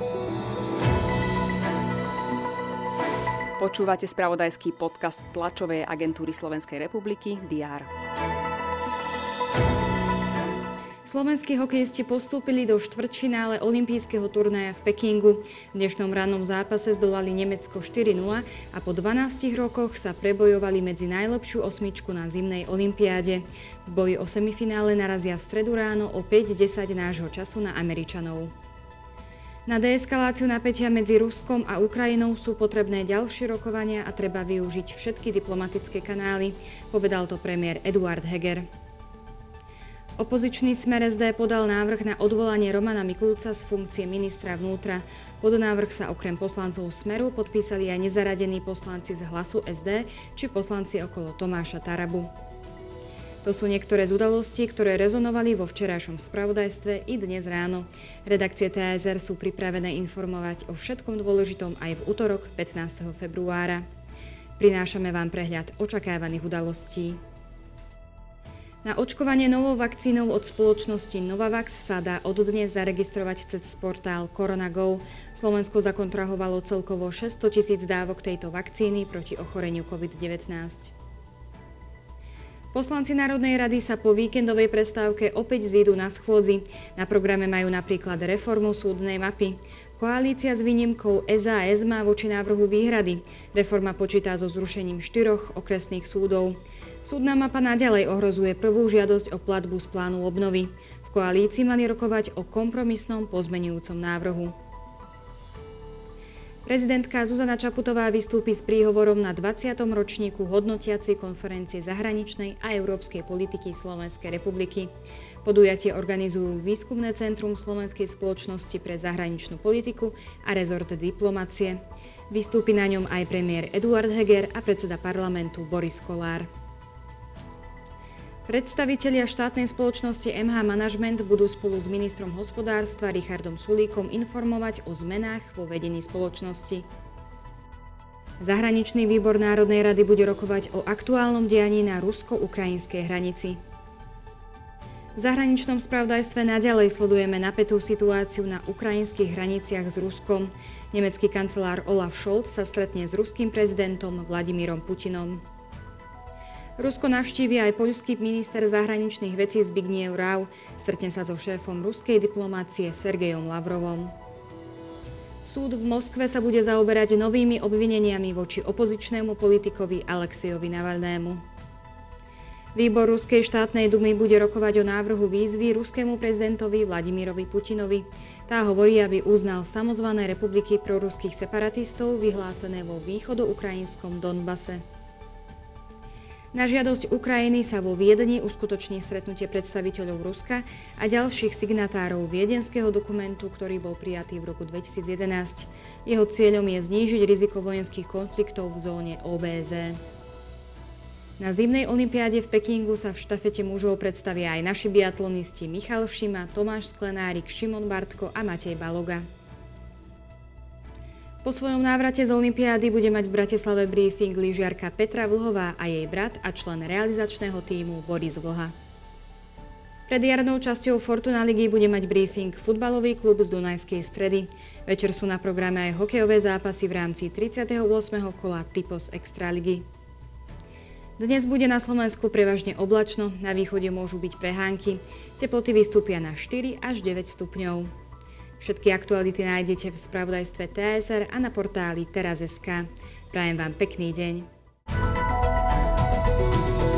Počúvate spravodajský podcast tlačovej agentúry Slovenskej republiky DR. Slovenskí hokejisti postúpili do štvrťfinále olympijského turnaja v Pekingu. V dnešnom rannom zápase zdolali Nemecko 4-0 a po 12 rokoch sa prebojovali medzi najlepšiu osmičku na zimnej olympiáde. V boji o semifinále narazia v stredu ráno o 5:10 nášho času na Američanov. Na deeskaláciu napätia medzi Ruskom a Ukrajinou sú potrebné ďalšie rokovania a treba využiť všetky diplomatické kanály, povedal to premiér Eduard Heger. Opozičný Smer SD podal návrh na odvolanie Romana Mikulca z funkcie ministra vnútra. Pod návrh sa okrem poslancov Smeru podpísali aj nezaradení poslanci z Hlasu SD či poslanci okolo Tomáša Tarabu. To sú niektoré z udalostí, ktoré rezonovali vo včerajšom spravodajstve i dnes ráno. Redakcie TASR sú pripravené informovať o všetkom dôležitom aj v utorok 15. februára. Prinášame vám prehľad očakávaných udalostí. Na očkovanie novou vakcínou od spoločnosti Novavax sa dá od dnes zaregistrovať cez portál CoronaGo. Slovensko zakontrahovalo celkovo 600 000 dávok tejto vakcíny proti ochoreniu COVID-19. Poslanci Národnej rady sa po víkendovej prestávke opäť zídu na schôdzi. Na programe majú napríklad reformu súdnej mapy. Koalícia s výnimkou SAS má voči návrhu výhrady. Reforma počíta so zrušením 4 okresných súdov. Súdna mapa naďalej ohrozuje prvú žiadosť o platbu z plánu obnovy. V koalícii mali rokovať o kompromisnom pozmenujúcom návrhu. Prezidentka Zuzana Čaputová vystúpi s príhovorom na 20. ročníku hodnotiacej konferencie zahraničnej a európskej politiky Slovenskej republiky. Podujatie organizujú Výskumné centrum Slovenskej spoločnosti pre zahraničnú politiku a rezort diplomacie. Vystúpi na ňom aj premiér Eduard Heger a predseda parlamentu Boris Kollár. Predstavitelia štátnej spoločnosti MH Management budú spolu s ministrom hospodárstva Richardom Sulíkom informovať o zmenách vo vedení spoločnosti. Zahraničný výbor Národnej rady bude rokovať o aktuálnom dianí na rusko-ukrajinskej hranici. V zahraničnom spravodajstve naďalej sledujeme napätú situáciu na ukrajinských hraniciach s Ruskom. Nemecký kancelár Olaf Scholz sa stretne s ruským prezidentom Vladimírom Putinom. Rusko navštívi aj poľský minister zahraničných vecí Zbigniew Rau. Stretne sa so šéfom ruskej diplomácie Sergejom Lavrovom. Súd v Moskve sa bude zaoberať novými obvineniami voči opozičnému politikovi Alexejovi Navalnému. Výbor Ruskej štátnej dumy bude rokovať o návrhu výzvy ruskému prezidentovi Vladimírovi Putinovi. Tá hovorí, aby uznal samozvané republiky proruských separatistov vyhlásené vo východoukrajinskom Donbase. Na žiadosť Ukrajiny sa vo Viedni uskutoční stretnutie predstaviteľov Ruska a ďalších signatárov viedenského dokumentu, ktorý bol prijatý v roku 2011. Jeho cieľom je znížiť riziko vojenských konfliktov v zóne OBZ. Na zimnej olympiáde v Pekingu sa v štafete mužov predstavia aj naši biatlonisti Michal Šima, Tomáš Sklenárik, Šimon Bartko a Matej Baloga. Po svojom návrate z olympiády bude mať v Bratislave briefing lyžiarka Petra Vlhová a jej brat a člen realizačného tímu Boris Vlha. Pred jarnou časťou Fortuna ligy bude mať briefing futbalový klub z Dunajskej Stredy. Večer sú na programe aj hokejové zápasy v rámci 38. kola Typos Extraligy. Dnes bude na Slovensku prevažne oblačno, na východe môžu byť prehánky. Teploty vystúpia na 4 až 9 stupňov. Všetky aktuality nájdete v spravodajstve TASR a na portáli teraz.sk. Prajem vám pekný deň.